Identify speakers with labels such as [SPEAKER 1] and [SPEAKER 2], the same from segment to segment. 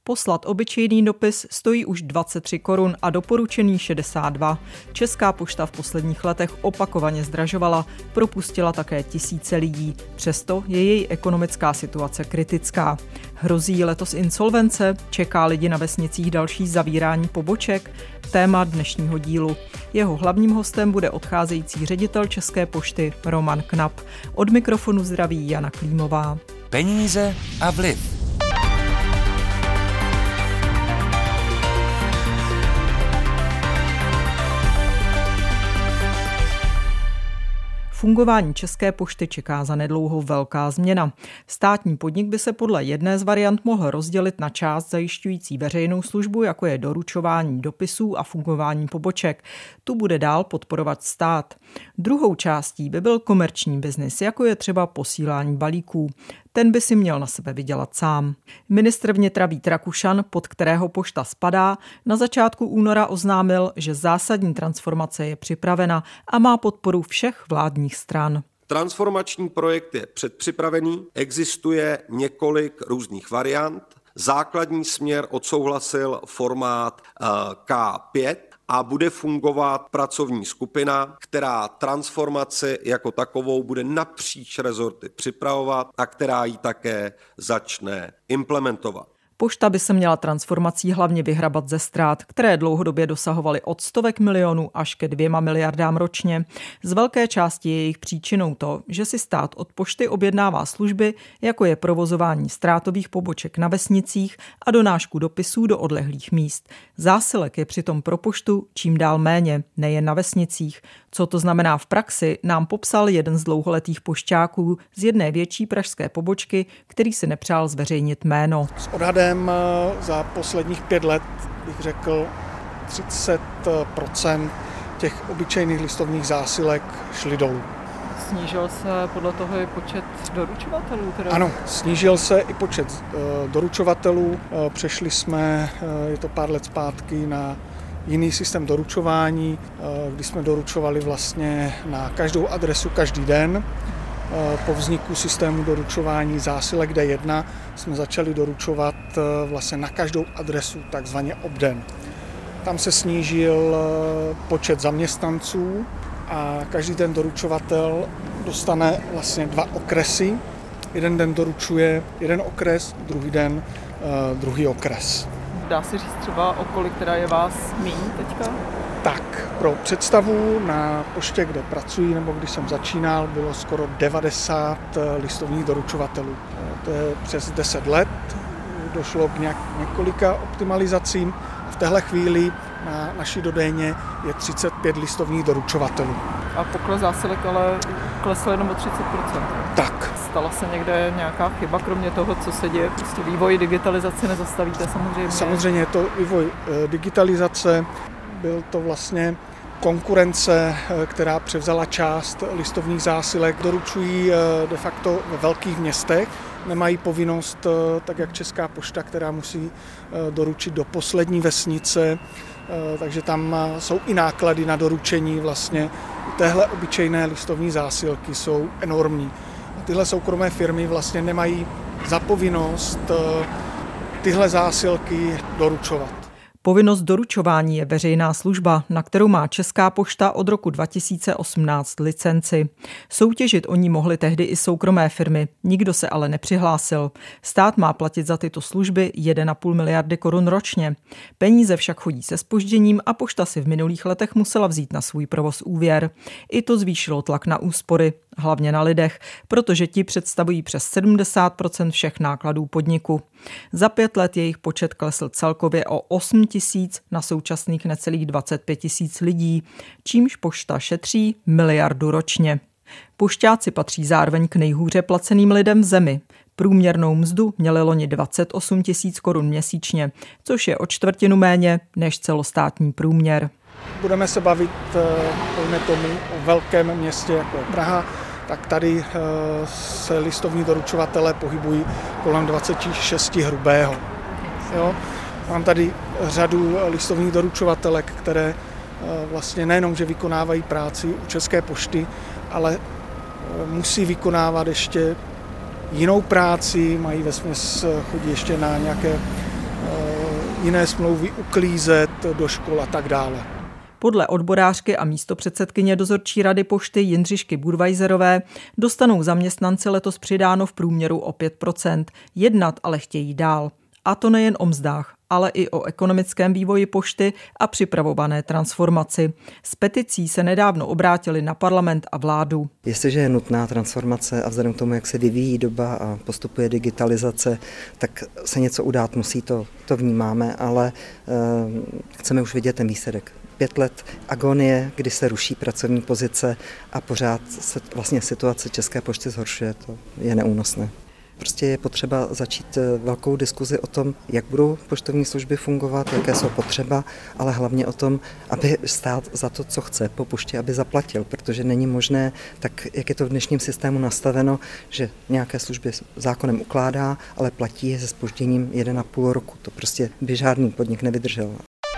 [SPEAKER 1] Poslat obyčejný dopis stojí už 23 korun a doporučený 62. Česká pošta v posledních letech opakovaně zdražovala, propustila také tisíce lidí. Přesto je její ekonomická situace kritická. Hrozí letos insolvence? Čeká lidi na vesnicích další zavírání poboček? Téma dnešního dílu. Jeho hlavním hostem bude odcházející ředitel České pošty Roman Knap. Od mikrofonu zdraví Jana Klímová.
[SPEAKER 2] Peníze a vliv.
[SPEAKER 1] Fungování České pošty čeká zanedlouho velká změna. Státní podnik by se podle jedné z variant mohl rozdělit na část zajišťující veřejnou službu, jako je doručování dopisů a fungování poboček. Tu bude dál podporovat stát. Druhou částí by byl komerční biznis, jako je třeba posílání balíků. Ten by si měl na sebe vydělat sám. Ministr vnitra Vít Rakušan, pod kterého pošta spadá, na začátku února oznámil, že zásadní transformace je připravena a má podporu všech vládních stran.
[SPEAKER 3] Transformační projekt je předpřipravený, existuje několik různých variant. Základní směr odsouhlasil formát K5 a bude fungovat pracovní skupina, která transformaci jako takovou bude napříč rezorty připravovat a která ji také začne implementovat.
[SPEAKER 1] Pošta by se měla transformací hlavně vyhrabat ze ztrát, které dlouhodobě dosahovaly od stovek milionů až ke 2 miliardám ročně. Z velké části je jejich příčinou to, že si stát od pošty objednává služby, jako je provozování ztrátových poboček na vesnicích a donášku dopisů do odlehlých míst. Zásilek je přitom pro poštu čím dál méně, nejen na vesnicích. Co to znamená v praxi, nám popsal jeden z dlouholetých pošťáků z jedné větší pražské pobočky, který si nepřál zveřejnit jméno.
[SPEAKER 4] S odhadem za posledních 5 let bych řekl 30% těch obyčejných listovních zásilek šly dolů.
[SPEAKER 1] Snížil se podle toho i počet doručovatelů?
[SPEAKER 4] Ano, snížil se i počet doručovatelů. Přešli jsme, je to pár let zpátky, na jiný systém doručování, kdy jsme doručovali vlastně na každou adresu každý den. Po vzniku systému doručování zásilek D1 jsme začali doručovat vlastně na každou adresu takzvaně obden. Tam se snížil počet zaměstnanců a každý ten doručovatel dostane vlastně 2 okresy. Jeden den doručuje jeden okres, druhý den druhý okres.
[SPEAKER 1] Dá se říct třeba, o kolik teda je vás míň teďka?
[SPEAKER 4] Tak, pro představu na poště, kde pracuji, nebo když jsem začínal, bylo skoro 90 listovních doručovatelů. To je přes 10 let, došlo k několika optimalizacím. V téhle chvíli na naší dodejně je 35 listovních doručovatelů.
[SPEAKER 1] A pokles zásilek ale klesl jenom o 30%.
[SPEAKER 4] Tak.
[SPEAKER 1] Stala se někde nějaká chyba, kromě toho, co se děje? Prostě vývoj digitalizace nezastavíte samozřejmě?
[SPEAKER 4] Samozřejmě je to vývoj digitalizace. Byl to vlastně konkurence, která převzala část listovních zásilek. Doručují de facto ve velkých městech. Nemají povinnost, tak jak Česká pošta, která musí doručit do poslední vesnice, takže tam jsou i náklady na doručení vlastně. Téhle obyčejné listovní zásilky jsou enormní. A tyhle soukromé firmy vlastně nemají za povinnost tyhle zásilky doručovat.
[SPEAKER 1] Povinnost doručování je veřejná služba, na kterou má Česká pošta od roku 2018 licenci. Soutěžit o ní mohly tehdy i soukromé firmy, nikdo se ale nepřihlásil. Stát má platit za tyto služby 1,5 miliardy korun ročně. Peníze však chodí se zpožděním a pošta si v minulých letech musela vzít na svůj provoz úvěr. I to zvýšilo tlak na úspory, hlavně na lidech, protože ti představují přes 70% všech nákladů podniku. Za 5 let jejich počet klesl celkově o 8 000 na současných necelých 25 000 lidí, čímž pošta šetří miliardu ročně. Pošťáci patří zároveň k nejhůře placeným lidem v zemi. Průměrnou mzdu měli loni 28 000 korun měsíčně, což je o 1/4 méně než celostátní průměr.
[SPEAKER 4] Budeme se bavit, pojďme tomu, o velkém městě jako je Praha, tak tady se listovní doručovatelé pohybují kolem 26 hrubého. Jo? Mám tady řadu listovních doručovatelek, které vlastně nejenom, že vykonávají práci u České pošty, ale musí vykonávat ještě jinou práci, mají vesměs chodí ještě na nějaké jiné smlouvy uklízet do škol a tak dále.
[SPEAKER 1] Podle odborářky a místopředsedkyně dozorčí rady pošty Jindřišky Budweiserové dostanou zaměstnanci letos přidáno v průměru o 5%. Jednat ale chtějí dál. A to nejen o mzdách, ale i o ekonomickém vývoji pošty a připravované transformaci. S peticí se nedávno obrátili na parlament a vládu.
[SPEAKER 5] Jestliže je nutná transformace a vzhledem k tomu, jak se vyvíjí doba a postupuje digitalizace, tak se něco udát musí, to vnímáme, ale chceme už vidět ten výsledek. 5 let agonie, kdy se ruší pracovní pozice a pořád se vlastně situace České pošty zhoršuje, to je neúnosné. Prostě je potřeba začít velkou diskuzi o tom, jak budou poštovní služby fungovat, jaké jsou potřeba, ale hlavně o tom, aby stát za to, co chce po poště, aby zaplatil, protože není možné, tak jak je to v dnešním systému nastaveno, že nějaké služby zákonem ukládá, ale platí je se zpožděním 1,5 roku. To prostě by žádný podnik nevydržel.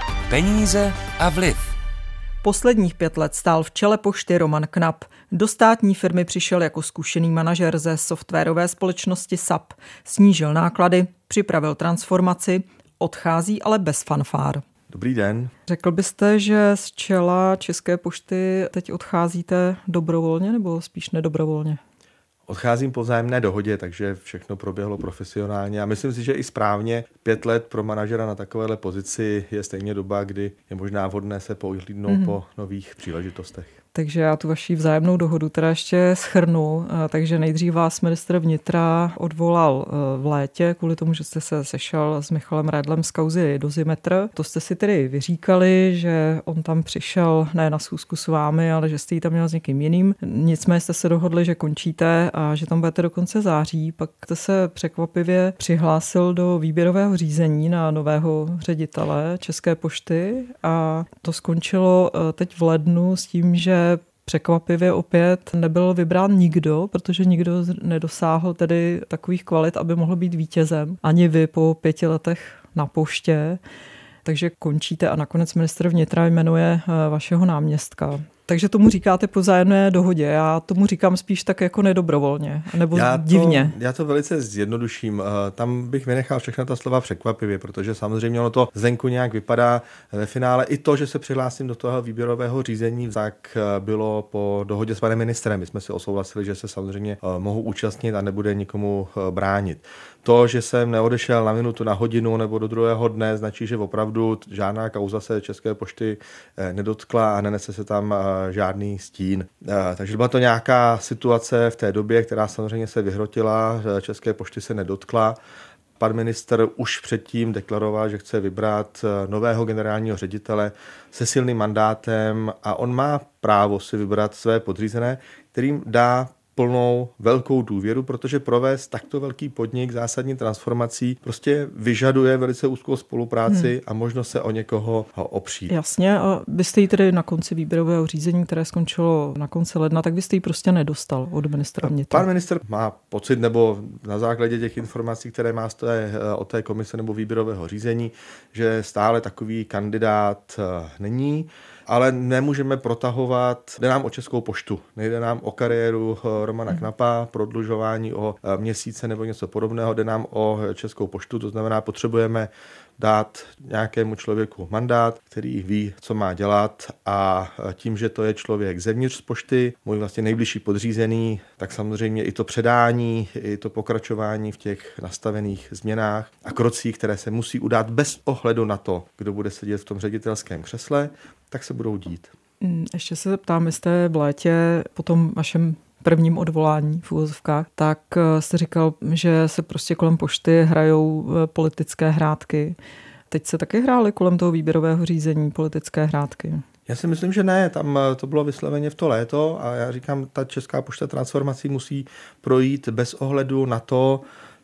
[SPEAKER 2] Peníze a vliv.
[SPEAKER 1] Posledních 5 let stál v čele pošty Roman Knap. Do státní firmy přišel jako zkušený manažer ze softwarové společnosti SAP. Snížil náklady, připravil transformaci, odchází ale bez fanfár.
[SPEAKER 6] Dobrý den.
[SPEAKER 1] Řekl byste, že z čela České pošty teď odcházíte dobrovolně nebo spíš nedobrovolně?
[SPEAKER 6] Odcházím po vzájemné dohodě, takže všechno proběhlo profesionálně a myslím si, že i správně. 5 let pro manažera na takovéhle pozici je stejně doba, kdy je možná vhodné se pohlídnout po nových příležitostech.
[SPEAKER 1] Takže já tu vaši vzájemnou dohodu teda ještě shrnu. Takže nejdřív vás ministr vnitra odvolal v létě kvůli tomu, že jste se sešel s Michalem Redlem z kauzy Dozimetr. To jste si tedy vyříkali, že on tam přišel ne na schůzku s vámi, ale že jste ji tam měl s někým jiným. Nicméně jste se dohodli, že končíte a že tam budete do konce září. Pak jste se překvapivě přihlásil do výběrového řízení na nového ředitele České pošty a to skončilo teď v lednu s tím, že překvapivě opět nebyl vybrán nikdo, protože nikdo nedosáhl tedy takových kvalit, aby mohl být vítězem. Ani vy po 5 letech na poště. Takže končíte a nakonec ministr vnitra jmenuje vašeho náměstka. Takže tomu říkáte po vzájemné dohodě. Já tomu říkám spíš tak jako nedobrovolně, nebo divně.
[SPEAKER 6] Já to velice zjednoduším. Tam bych vynechal všechna ta slova překvapivě, protože samozřejmě ono to zvenku nějak vypadá. Ve finále i to, že se přihlásím do toho výběrového řízení, tak bylo po dohodě s panem ministrem. My jsme si osouhlasili, že se samozřejmě mohu účastnit a nebude nikomu bránit. To, že jsem neodešel na minutu, na hodinu nebo do druhého dne, značí, že opravdu žádná kauza se České pošty nedotkla a nenese se tam žádný stín. Takže byla to nějaká situace v té době, která samozřejmě se vyhrotila, České pošty se nedotkla. Pan ministr už předtím deklaroval, že chce vybrat nového generálního ředitele se silným mandátem a on má právo si vybrat své podřízené, kterým dá plnou velkou důvěru, protože provést takto velký podnik zásadní transformací prostě vyžaduje velice úzkou spolupráci a možnost se o někoho opřít.
[SPEAKER 1] Jasně, a byste ji tedy na konci výběrového řízení, které skončilo na konci ledna, tak byste ji prostě nedostal od ministra vnitra.
[SPEAKER 6] Pan ministr má pocit, nebo na základě těch informací, které má od té komise nebo výběrového řízení, že stále takový kandidát není. Ale nemůžeme protahovat, jde nám o Českou poštu, nejde nám o kariéru Romana Knapa, prodlužování o měsíce nebo něco podobného, jde nám o Českou poštu, to znamená, potřebujeme dát nějakému člověku mandát, který ví, co má dělat a tím, že to je člověk zevnitř z pošty, můj vlastně nejbližší podřízený, tak samozřejmě i to předání, i to pokračování v těch nastavených změnách a krocích, které se musí udát bez ohledu na to, kdo bude sedět v tom ředitelském křesle, tak se budou dít.
[SPEAKER 1] Ještě se zeptám, jste v létě po tom vašem prvním odvolání v uvozovkách, tak jste říkal, že se prostě kolem pošty hrajou politické hrátky. Teď se taky hrály kolem toho výběrového řízení politické hrátky?
[SPEAKER 6] Já si myslím, že ne, tam to bylo vysloveně v to léto a já říkám, ta Česká pošta transformací musí projít bez ohledu na to,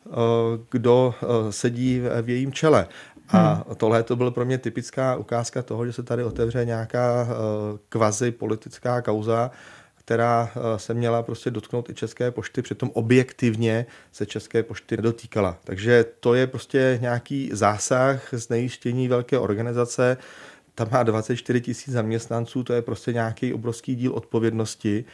[SPEAKER 6] kdo sedí v jejím čele. A tohle to byl pro mě typická ukázka toho, že se tady otevře nějaká kvazi politická kauza, která se měla prostě dotknout i České pošty, přitom objektivně se České pošty nedotýkala. Takže to je prostě nějaký zásah, znejištění velké organizace. Tam má 24 000 zaměstnanců, to je prostě nějaký obrovský díl odpovědnosti.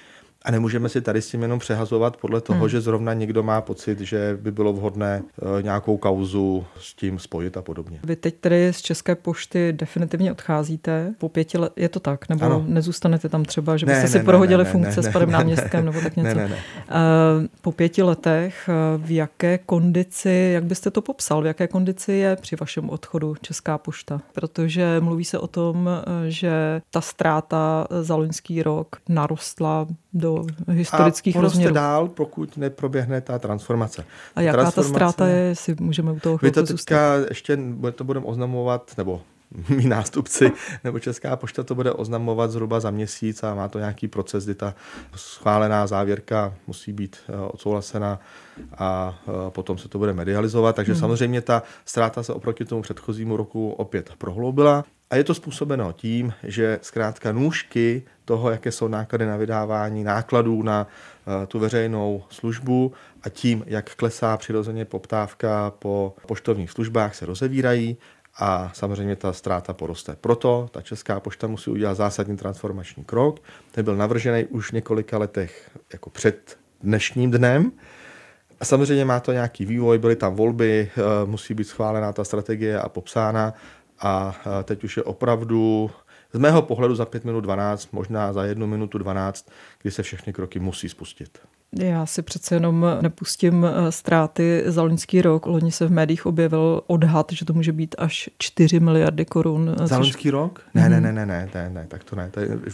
[SPEAKER 6] A nemůžeme si tady s tím jenom přehazovat podle toho, že zrovna někdo má pocit, že by bylo vhodné nějakou kauzu s tím spojit a podobně.
[SPEAKER 1] Vy teď tedy z České pošty definitivně odcházíte. Po 5 letech je to tak? Nebo
[SPEAKER 6] ano.
[SPEAKER 1] Nezůstanete tam třeba, že byste si prohodili funkce s panem náměstkem nebo tak něco?
[SPEAKER 6] Ne.
[SPEAKER 1] Po 5 letech v jaké kondici, jak byste to popsal, v jaké kondici je při vašem odchodu Česká pošta? Protože mluví se o tom, že ta ztráta za loňský rok narostla do historických rozměrů.
[SPEAKER 6] Dál, pokud neproběhne ta transformace.
[SPEAKER 1] A jaká ta ztráta je, jestli můžeme u toho chvilku zůstat?
[SPEAKER 6] Teďka ještě to budeme oznamovat, nebo mý nástupci, nebo Česká pošta to bude oznamovat zhruba za měsíc a má to nějaký proces, kdy ta schválená závěrka musí být odsouhlasena a potom se to bude medializovat. Takže samozřejmě ta ztráta se oproti tomu předchozímu roku opět prohloubila. A je to způsobeno tím, že zkrátka nůžky toho, jaké jsou náklady na vydávání nákladů na tu veřejnou službu a tím, jak klesá přirozeně poptávka po poštovních službách, se rozevírají a samozřejmě ta ztráta poroste. Proto ta Česká pošta musí udělat zásadní transformační krok. Ten byl navržený už v několika letech jako před dnešním dnem. A samozřejmě má to nějaký vývoj, byly tam volby, musí být schválená ta strategie a popsána. A teď už je opravdu z mého pohledu za 5 minut 12, možná za 1 minutu 12, kdy se všechny kroky musí spustit.
[SPEAKER 1] Já si přece jenom nepustím ztráty za loňský rok. Loni se v médiích objevil odhad, že to může být až 4 miliardy korun.
[SPEAKER 6] Za loňský rok? Ne, tak to ne.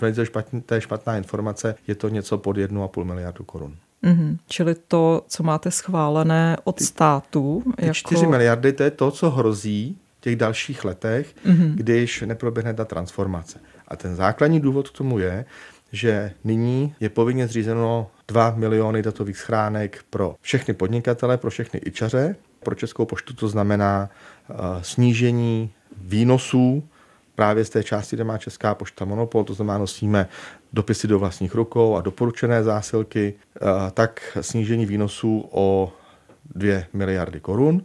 [SPEAKER 6] To je špatná informace. Je to něco pod 1,5 miliardu korun.
[SPEAKER 1] Čili to, co máte schválené od státu.
[SPEAKER 6] Ty 4 miliardy, to je to, co hrozí v těch dalších letech, když neproběhne ta transformace. A ten základní důvod k tomu je, že nyní je povinně zřízeno 2 miliony datových schránek pro všechny podnikatele, pro všechny ičaře. Pro Českou poštu to znamená snížení výnosů právě z té části, kde má Česká pošta monopol, to znamená nosíme dopisy do vlastních rukou a doporučené zásilky, tak snížení výnosů o 2 miliardy korun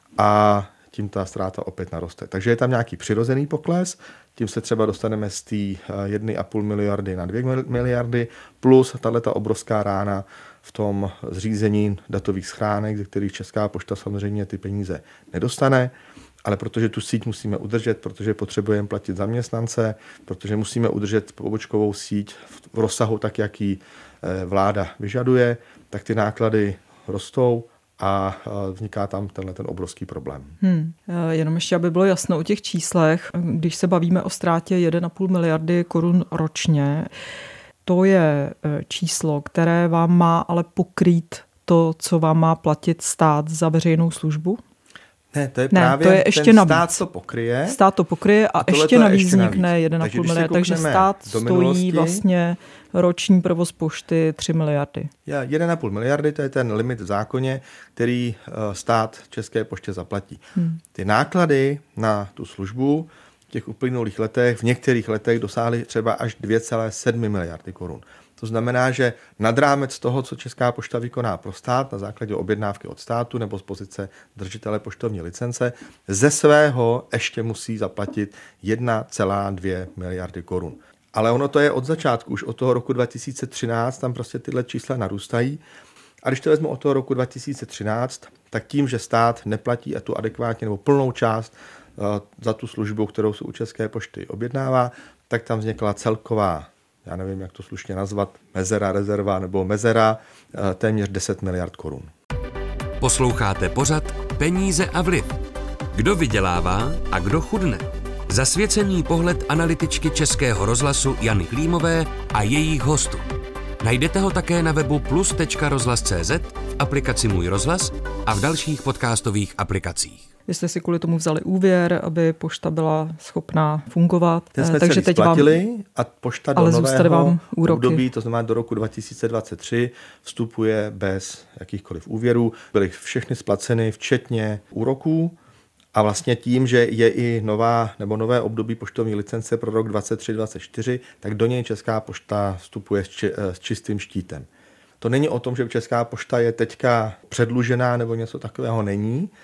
[SPEAKER 6] a tím ta ztráta opět naroste. Takže je tam nějaký přirozený pokles, tím se třeba dostaneme z té 1,5 miliardy na 2 miliardy, plus tato obrovská rána v tom zřízení datových schránek, ze kterých Česká pošta samozřejmě ty peníze nedostane, ale protože tu síť musíme udržet, protože potřebujeme platit zaměstnance, protože musíme udržet pobočkovou síť v rozsahu tak, jak ji vláda vyžaduje, tak ty náklady rostou a vzniká tam ten obrovský problém.
[SPEAKER 1] Jenom ještě, aby bylo jasno o těch číslech, když se bavíme o ztrátě 1,5 miliardy korun ročně, to je číslo, které vám má ale pokrýt to, co vám má platit stát za veřejnou službu?
[SPEAKER 6] Ne, to je právě
[SPEAKER 1] to je ještě
[SPEAKER 6] ten
[SPEAKER 1] navíc.
[SPEAKER 6] Stát to pokryje.
[SPEAKER 1] Stát to pokryje a ještě navíc vznikne 1,5 miliardy. Takže stát stojí vlastně roční provoz pošty 3 miliardy.
[SPEAKER 6] 1,5 miliardy, to je ten limit v zákoně, který stát České poště zaplatí. Ty náklady na tu službu v těch uplynulých letech, v některých letech dosáhly třeba až 2,7 miliardy korun. To znamená, že nad rámec toho, co Česká pošta vykoná pro stát na základě objednávky od státu nebo z pozice držitele poštovní licence, ze svého ještě musí zaplatit 1,2 miliardy korun. Ale ono to je od začátku, už od toho roku 2013, tam prostě tyhle čísla narůstají. A když to vezmu od toho roku 2013, tak tím, že stát neplatí a tu adekvátně nebo plnou část za tu službu, kterou se u České pošty objednává, tak tam vznikla celková, já nevím, jak to slušně nazvat, rezerva nebo mezera, téměř 10 miliard korun.
[SPEAKER 2] Posloucháte pořad Peníze a vliv. Kdo vydělává a kdo chudne? Zasvěcený pohled analytičky Českého rozhlasu Jany Klímové a jejích hostů. Najdete ho také na webu plus.rozhlas.cz, v aplikaci Můj rozhlas a v dalších podcastových aplikacích.
[SPEAKER 1] Vy jste si kvůli tomu vzali úvěr, aby pošta byla schopná fungovat.
[SPEAKER 6] Ten jsme
[SPEAKER 1] takže
[SPEAKER 6] celý
[SPEAKER 1] teď
[SPEAKER 6] splatili a pošta do nového období, to znamená do roku 2023, vstupuje bez jakýchkoliv úvěrů. Byly všechny splaceny, včetně úroků. A vlastně tím, že je i nové období poštovní licence pro rok 2023-2024, tak do něj Česká pošta vstupuje s čistým štítem. To není o tom, že Česká pošta je teďka předlužená nebo něco takového není,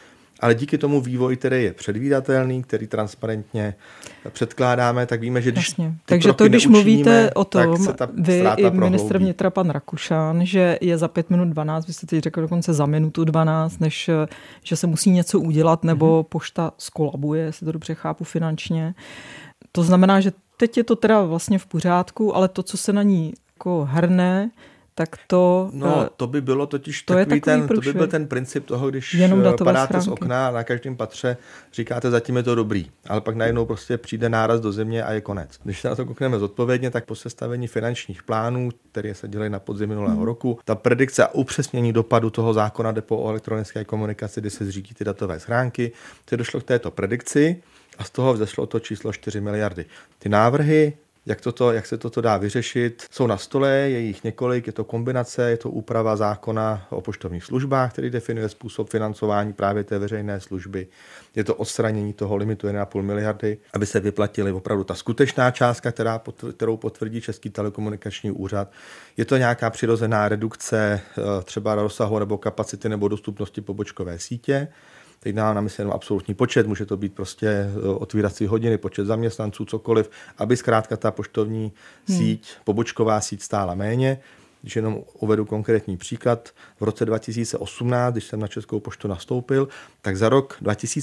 [SPEAKER 6] ale díky tomu vývoji, který je předvídatelný, který transparentně předkládáme, tak víme, že když
[SPEAKER 1] takže to, když mluvíte o tom, vy i ministr
[SPEAKER 6] prohloubí.
[SPEAKER 1] vnitra pan Rakušan, že je za 5 minut 12, vy jste teď řekl dokonce za minutu 12, než že se musí něco udělat, nebo pošta skolabuje, jestli to dobře chápu finančně. To znamená, že teď je to teda vlastně v pořádku, ale to, co se na ní jako hrne, tak to...
[SPEAKER 6] No, to by bylo totiž to by byl ten princip toho, když padáte z okna a na každém patře říkáte, zatím je to dobrý, ale pak najednou prostě přijde náraz do země a je konec. Když se na to koukneme zodpovědně, tak po sestavení finančních plánů, které se dělají na podzim minulého roku, ta predikce a upřesnění dopadu toho zákona jde po elektronické komunikaci, kdy se zřídí ty datové schránky, to došlo k této predikci a z toho vzešlo to číslo 4 miliardy. Ty návrhy, jak se toto dá vyřešit, jsou na stole, je jich několik, je to kombinace, je to úprava zákona o poštovních službách, který definuje způsob financování právě té veřejné služby. Je to odstranění toho limitu 1,5 miliardy, aby se vyplatily opravdu ta skutečná částka, kterou potvrdí Český telekomunikační úřad. Je to nějaká přirozená redukce třeba rozsahu nebo kapacity nebo dostupnosti pobočkové sítě. Teď dá na mysli jenom absolutní počet, může to být prostě otvírací hodiny, počet zaměstnanců, cokoliv, aby zkrátka ta poštovní síť, pobočková síť stála méně. Když jenom uvedu konkrétní příklad, v roce 2018, když jsem na Českou poštu nastoupil, tak za rok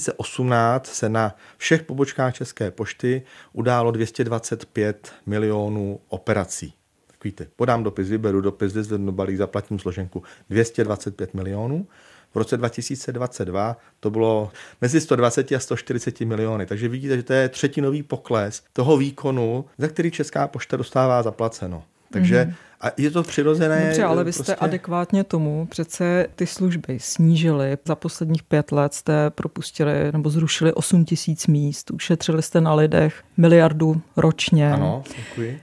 [SPEAKER 6] 2018 se na všech pobočkách České pošty událo 225 milionů operací. Tak víte, podám dopis, vyberu dopis, vyzvednu balík, zaplatím složenku, 225 milionů. V roce 2022 to bylo mezi 120 a 140 miliony. Takže vidíte, že to je třetinový pokles toho výkonu, za který Česká pošta dostává zaplaceno. Takže a je to přirozené.
[SPEAKER 1] Dobře, ale vy jste adekvátně tomu přece ty služby snížili. Za posledních 5 let jste propustili nebo zrušili 8 000 míst. Ušetřili jste na lidech miliardu ročně.
[SPEAKER 6] Ano, děkuji.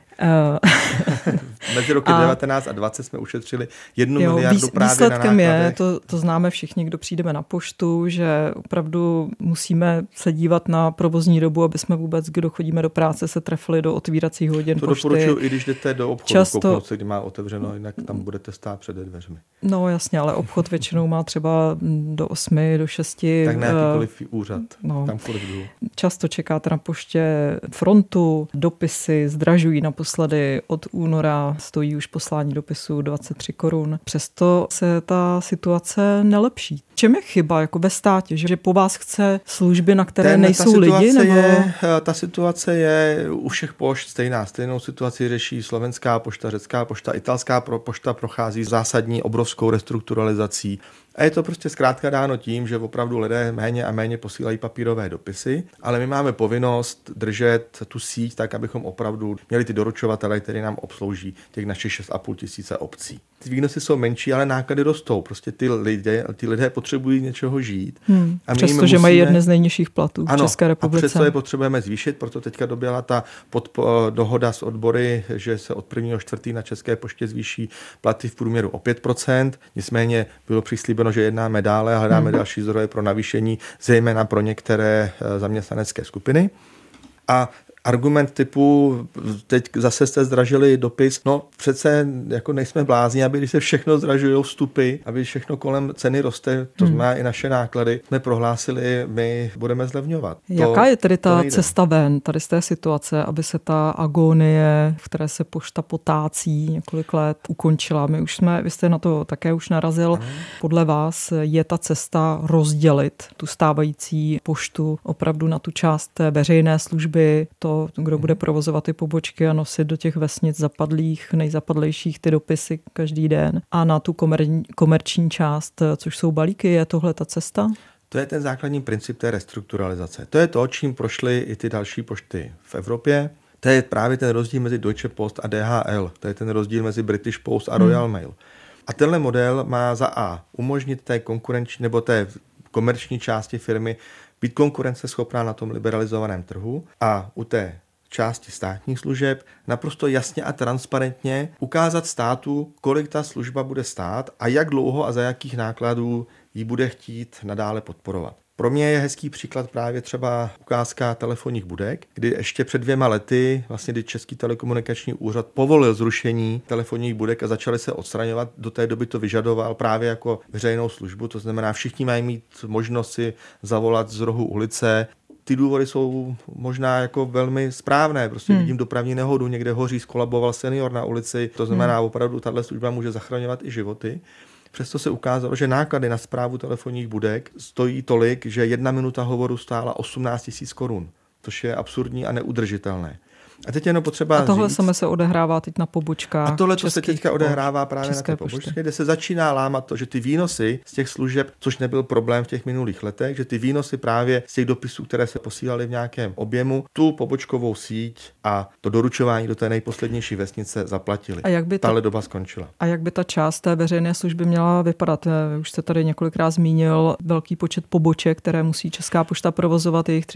[SPEAKER 6] Mezi roky 19 a 20 jsme ušetřili 1 miliardu právě na nákladech.
[SPEAKER 1] Je, to známe všichni, kdo přijdeme na poštu, že opravdu musíme se dívat na provozní dobu, aby jsme vůbec, kdo chodíme do práce, se trefili do otvíracích hodin pošty.
[SPEAKER 6] To doporučuji, i když jdete do obchodu, kouknout se, kdy má otevřeno, jinak tam budete stát před dveřmi.
[SPEAKER 1] No jasně, ale obchod většinou má třeba do 8, do 6.
[SPEAKER 6] Tak na jakýkoliv úřad, tamkoliv jdu.
[SPEAKER 1] Často čekáte na poště frontu, dopisy zdražují naposledy od února, stojí už poslání dopisu 23 korun. Přesto se ta situace nelepší. Čem je chyba jako ve státě, že po vás chce služby, na které nejsou lidi?
[SPEAKER 6] Ta situace je u všech pošt stejná. Stejnou situaci řeší Slovenská pošta, Řecká pošta, Italská pošta prochází zásadní obrovskou restrukturalizací. A je to prostě zkrátka dáno tím, že opravdu lidé méně a méně posílají papírové dopisy, ale my máme povinnost držet tu síť tak, abychom opravdu měli ty doručovatele, který nám obslouží těch našich 6,5 tisíce obcí. Ty výnosy jsou menší, ale náklady rostou. Prostě ty lidé potřebují něčeho žít.
[SPEAKER 1] Přestože mají jedny z nejnižších platů v České republice.
[SPEAKER 6] A přesto je potřebujeme zvýšit, proto teďka doběhla ta dohoda s odbory, že se od 1.4. na České poště zvýší platy v průměru o 5%. Nicméně bylo přislíbeno, že jednáme dále a hledáme další zdroje pro navýšení, zejména pro některé zaměstnanecké skupiny. A argument typu, teď zase jste zdražili dopis, no přece jako nejsme blázni, aby když se všechno zdražují vstupy, aby všechno kolem ceny roste, to znamená i naše náklady, jsme prohlásili, my budeme zlevňovat.
[SPEAKER 1] Jaká je tedy ta cesta ven tady z té situace, aby se ta agonie, v které se pošta potácí několik let, ukončila? Vy jste na to také už narazil. Podle vás je ta cesta rozdělit tu stávající poštu opravdu na tu část té veřejné služby, to, kdo bude provozovat ty pobočky a nosit do těch vesnic zapadlých, nejzapadlejších ty dopisy každý den a na tu komerční část, což jsou balíky, je tohle ta cesta?
[SPEAKER 6] To je ten základní princip té restrukturalizace. To je to, čím prošly i ty další pošty v Evropě. To je právě ten rozdíl mezi Deutsche Post a DHL. To je ten rozdíl mezi British Post a Royal Mail. A tenhle model má za A umožnit té konkurenční nebo té komerční části firmy být konkurenceschopná na tom liberalizovaném trhu a u té části státních služeb naprosto jasně a transparentně ukázat státu, kolik ta služba bude stát a jak dlouho a za jakých nákladů ji bude chtít nadále podporovat. Pro mě je hezký příklad právě třeba ukázka telefonních budek, kdy ještě před 2 lety, vlastně kdy Český telekomunikační úřad povolil zrušení telefonních budek a začaly se odstraňovat, do té doby to vyžadoval právě jako veřejnou službu, to znamená, všichni mají mít možnost si zavolat z rohu ulice. Ty důvody jsou možná jako velmi správné. Prostě vidím dopravní nehodu, někde hoří, skolaboval senior na ulici. To znamená, opravdu tahle služba může zachraňovat i životy. Přesto se ukázalo, že náklady na správu telefonních budek stojí tolik, že 1 minuta hovoru stála 18 000 korun, což je absurdní a neudržitelné. A teď jenom potřeba
[SPEAKER 1] tohle
[SPEAKER 6] říct,
[SPEAKER 1] samé se odehrává teď na pobočkách.
[SPEAKER 6] A tohle se teďka odehrává právě na té pobočce, kde se začíná lámat to, že ty výnosy z těch služeb, což nebyl problém v těch minulých letech, že ty výnosy právě z těch dopisů, které se posílaly v nějakém objemu, tu pobočkovou síť a to doručování do té nejposlednější vesnice zaplatili. A jak by tahle doba skončila.
[SPEAKER 1] A jak by ta část té veřejné služby měla vypadat? Už jste tady několikrát zmínil velký počet poboček, které musí Česká pošta provozovat, jejich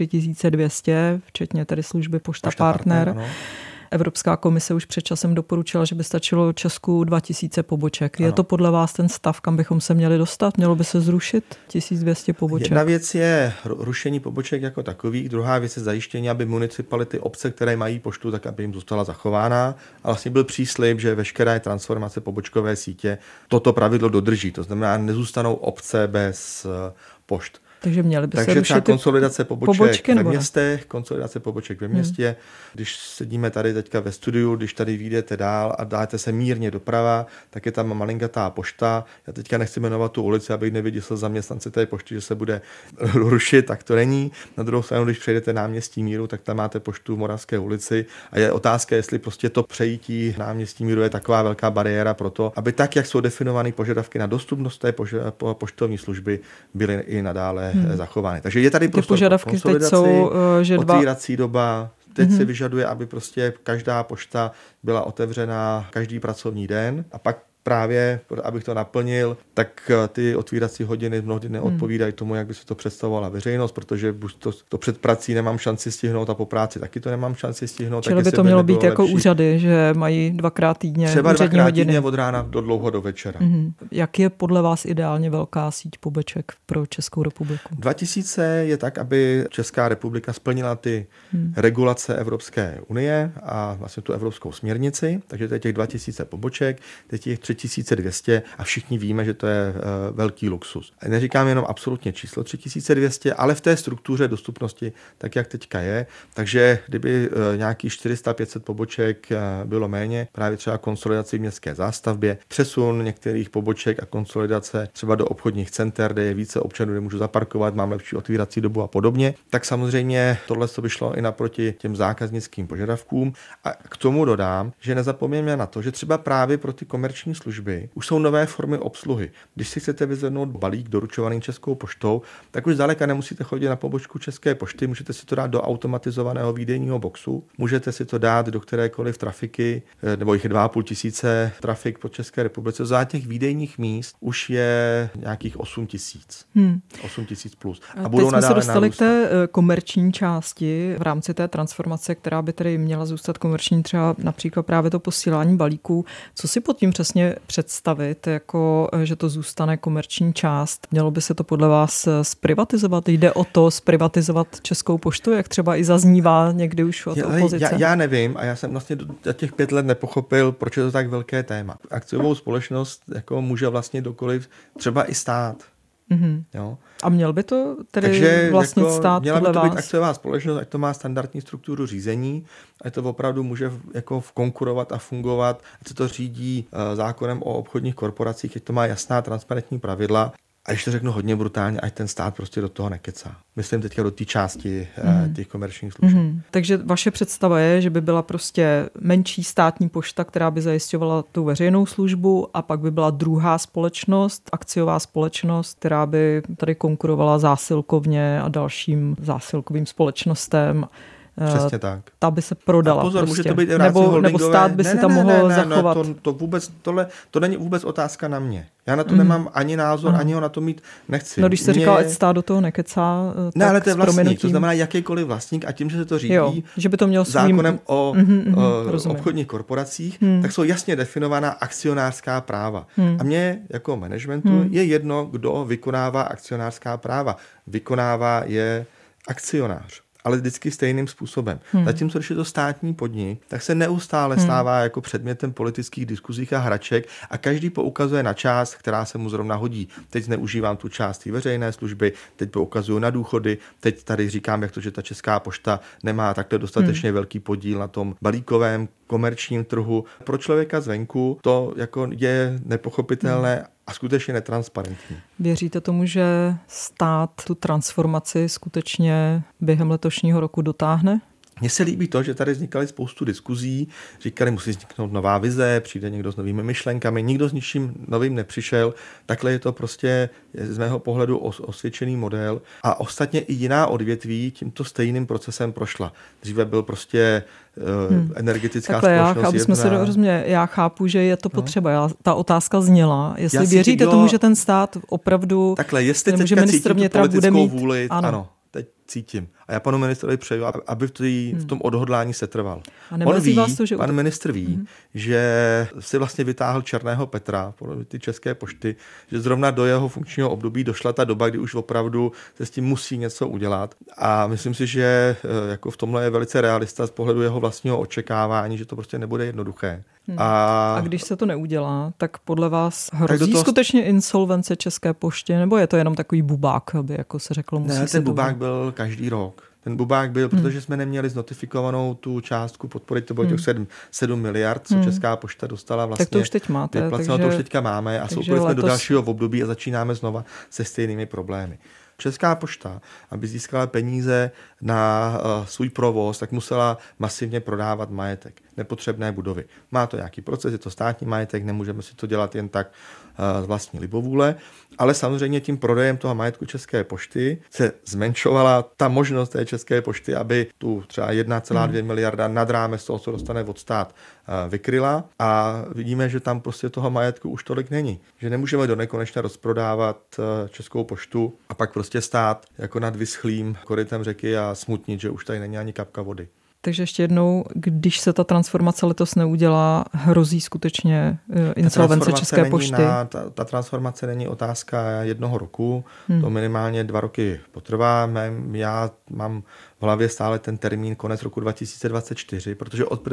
[SPEAKER 1] 3200, včetně tedy služby Pošta Partner. Ano. Evropská komise už před časem doporučila, že by stačilo Česku 2000 poboček. Ano. Je to podle vás ten stav, kam bychom se měli dostat? Mělo by se zrušit 1200 poboček?
[SPEAKER 6] Jedna věc je rušení poboček jako takových, druhá věc je zajištění, aby municipality, obce, které mají poštu, tak aby jim zůstala zachována. A vlastně byl příslib, že veškeré transformace pobočkové sítě toto pravidlo dodrží. To znamená, nezůstanou obce bez pošt.
[SPEAKER 1] Takže měly by se rušit
[SPEAKER 6] třeba konsolidace poboček ve městech, konsolidace poboček ve městě. Když sedíme tady teďka ve studiu, když tady vyjdete dál a dáte se mírně doprava, tak je tam malinkatá pošta. Já teďka nechci jmenovat tu ulici, abych nevyděsil zaměstnance té pošty, že se bude rušit, tak to není. Na druhou stranu, když přejdete náměstí Míru, tak tam máte poštu v Moravské ulici a je otázka, jestli prostě to přejítí náměstí Míru je taková velká bariéra pro to, aby tak, jak jsou definovány požadavky na dostupnost té poštovní služby, byly i nadále zachovány. Takže je tady prostor pro konsolidaci, otvírací doba. Teď se vyžaduje, aby prostě každá pošta byla otevřená každý pracovní den a pak právě, abych to naplnil, tak ty otvírací hodiny mnohdy neodpovídají tomu, jak by se to představovala veřejnost, protože buď to před prací nemám šanci stihnout a po práci taky to nemám šanci stihnout.
[SPEAKER 1] Čili by to mělo být jako lepší. Úřady, že mají 2x týdně
[SPEAKER 6] třeba
[SPEAKER 1] úřední
[SPEAKER 6] 2x
[SPEAKER 1] hodiny.
[SPEAKER 6] Týdně od rána do dlouho do večera.
[SPEAKER 1] Jak je podle vás ideálně velká síť poboček pro Českou republiku?
[SPEAKER 6] 2000 je tak, aby Česká republika splnila ty regulace Evropské unie a vlastně tu evropskou směrnici, takže to je těch 2000 poboček, teď je 3200 a všichni víme, že to je velký luxus. Neříkám jenom absolutně číslo 3200, ale v té struktuře dostupnosti, tak jak teďka je. Takže kdyby nějaký 400-500 poboček bylo méně, právě třeba konsolidaci v městské zástavbě, přesun některých poboček a konsolidace třeba do obchodních center, kde je více občanů, kde můžu zaparkovat, mám lepší otvírací dobu a podobně, tak samozřejmě tohle by šlo i naproti těm zákaznickým požadavkům. A k tomu dodám, že nezapomeňme na to, že třeba právě pro ty komerční služby už jsou nové formy obsluhy. Když si chcete vyzvednout balík doručovaný Českou poštou, tak už zdaleka nemusíte chodit na pobočku České pošty, můžete si to dát do automatizovaného výdejního boxu, můžete si to dát do kterékoliv trafiky, nebo jich je 2500 trafik po České republice. Za těch výdejních míst už je nějakých 8000. 8000 plus. A budou
[SPEAKER 1] teď jsme se dostali
[SPEAKER 6] narůstat.
[SPEAKER 1] K té komerční části v rámci té transformace, která by tedy měla zůstat komerční, třeba například právě to posílání balíků. Co si pod tím přesně představit, jako že to zůstane komerční část? Mělo by se to podle vás zprivatizovat? Jde o to zprivatizovat Českou poštu, jak třeba i zaznívá někdy už od opozice?
[SPEAKER 6] Já nevím a já jsem vlastně za těch 5 let nepochopil, proč je to tak velké téma. Akciovou společnost jako může vlastně kdokoliv, třeba i stát. Jo?
[SPEAKER 1] A měl by to tedy vlastnit jako stát
[SPEAKER 6] měla
[SPEAKER 1] podle
[SPEAKER 6] by to
[SPEAKER 1] vás?
[SPEAKER 6] být akciová společnost, ať to má standardní strukturu řízení, ať to opravdu může jako konkurovat a fungovat, ať se to řídí zákonem o obchodních korporacích, ať to má jasná transparentní pravidla. A když to řeknu hodně brutálně, ať ten stát prostě do toho nekecá. Myslím teďka do té části těch komerčních služeb.
[SPEAKER 1] Takže vaše představa je, že by byla prostě menší státní pošta, která by zajišťovala tu veřejnou službu a pak by byla druhá společnost, akciová společnost, která by tady konkurovala zásilkovně a dalším zásilkovým společnostem.
[SPEAKER 6] Přesně tak.
[SPEAKER 1] Ta by se prodala.
[SPEAKER 6] A pozor,
[SPEAKER 1] prostě.
[SPEAKER 6] může to být i v rámci holdingové.
[SPEAKER 1] Nebo stát by si tam mohl zachovat.
[SPEAKER 6] To není vůbec otázka na mě. Já na to nemám ani názor, ani ho na to mít nechci.
[SPEAKER 1] No když se říkal, ať stát do toho nekecá,
[SPEAKER 6] ne, ale to je vlastník, to znamená jakýkoliv vlastník a tím, že se to řídí
[SPEAKER 1] že by to mělo
[SPEAKER 6] zákonem o obchodních korporacích, tak jsou jasně definovaná akcionářská práva. A mně jako managementu je jedno, kdo vykonává akcionářská práva. Vykonává je akcionář, ale vždycky stejným způsobem. Zatímco, když je to státní podnik, tak se neustále stává jako předmětem politických diskuzích a hraček a každý poukazuje na část, která se mu zrovna hodí. Teď zneužívám tu část veřejné služby, teď poukazuju na důchody, teď tady říkám, jak to, že ta Česká pošta nemá takhle dostatečně velký podíl na tom balíkovém komerčním trhu. Pro člověka zvenku to jako je nepochopitelné a skutečně netransparentní.
[SPEAKER 1] Věříte tomu, že stát tu transformaci skutečně během letošního roku dotáhne?
[SPEAKER 6] Mně se líbí to, že tady vznikaly spoustu diskuzí, říkali, musí vzniknout nová vize, přijde někdo s novými myšlenkami, nikdo s ničím novým nepřišel, takhle je to prostě z mého pohledu osvědčený model a ostatně i jiná odvětví tímto stejným procesem prošla. Dříve byl prostě energetická společnost
[SPEAKER 1] já chápu, že je to potřeba. Ta otázka zněla, jestli věříte tomu, že ten stát opravdu...
[SPEAKER 6] Takhle, jestli teďka cítí tu politickou vůli, ano. Teď cítím. A já panu ministrovi přeju, aby v tom odhodlání setrval. On ví, pan ministr ví, že si vlastně vytáhl černého Petra, ty České pošty, že zrovna do jeho funkčního období došla ta doba, kdy už opravdu se s tím musí něco udělat. A myslím si, že jako v tomhle je velice realista z pohledu jeho vlastního očekávání, že to prostě nebude jednoduché.
[SPEAKER 1] A když se to neudělá, tak podle vás hrozí skutečně insolvence České pošty, nebo je to jenom takový bubák, aby jako se řeklo, musí
[SPEAKER 6] ne,
[SPEAKER 1] se
[SPEAKER 6] ten bubák byl každý rok. Ten bubák byl, protože jsme neměli znotifikovanou tu částku podpory, to bylo těch 7 miliard, co Česká pošta dostala vlastně.
[SPEAKER 1] Tak to už teď máte.
[SPEAKER 6] To už teďka máme a vstoupili jsme do dalšího období a začínáme znova se stejnými problémy. Česká pošta, aby získala peníze na svůj provoz, tak musela masivně prodávat majetek, nepotřebné budovy. Má to nějaký proces, je to státní majetek, nemůžeme si to dělat jen tak z vlastní libovůle, ale samozřejmě tím prodejem toho majetku České pošty se zmenšovala ta možnost té České pošty, aby tu třeba 1,2 miliarda nad rámec toho, co dostane od stát, vykryla a vidíme, že tam prostě toho majetku už tolik není. Že nemůžeme do nekonečna rozprodávat Českou poštu a pak prostě stát jako nad vyschlým korytem řeky a smutnit, že už tady není ani kapka vody.
[SPEAKER 1] Takže ještě jednou, když se ta transformace letos neudělá, hrozí skutečně insolvence České pošty?
[SPEAKER 6] Ta transformace není otázka jednoho roku, to minimálně 2 roky potrvá. Já mám v hlavě stále ten termín konec roku 2024, protože od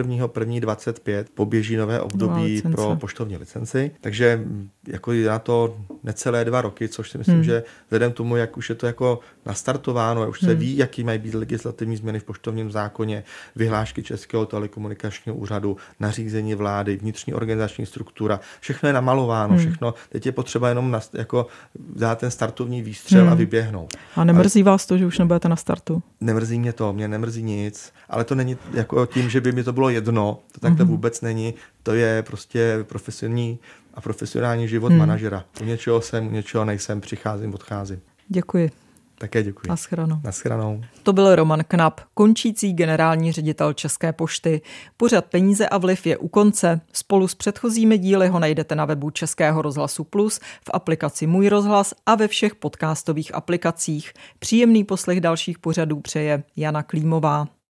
[SPEAKER 6] 1.1.25 poběží nové období pro poštovní licenci, takže jako na to necelé 2 roky, což si myslím, že vzhledem tomu, jak už je to jako nastartováno, už se ví, jaký mají být legislativní změny v poštovním zákoně, vyhlášky Českého telekomunikačního úřadu, nařízení vlády, vnitřní organizační struktura, všechno je namalováno, všechno. Teď je potřeba jenom jako dát ten startovní výstřel a vyběhnout.
[SPEAKER 1] A nemrzí vás to, že už nebudete na startu?
[SPEAKER 6] Nemrzí mě nemrzí nic, ale to není jako tím, že by mi to bylo jedno, to takhle vůbec není, to je prostě profesionální život manažera. U něčeho jsem, u něčeho nejsem, přicházím, odcházím.
[SPEAKER 1] Děkuji.
[SPEAKER 6] Také děkuji.
[SPEAKER 1] Naschledanou. To byl Roman Knap, končící generální ředitel České pošty. Pořad Peníze a vliv je u konce. Spolu s předchozími díly ho najdete na webu Českého rozhlasu Plus, v aplikaci Můj rozhlas a ve všech podcastových aplikacích. Příjemný poslech dalších pořadů přeje Jana Klímová.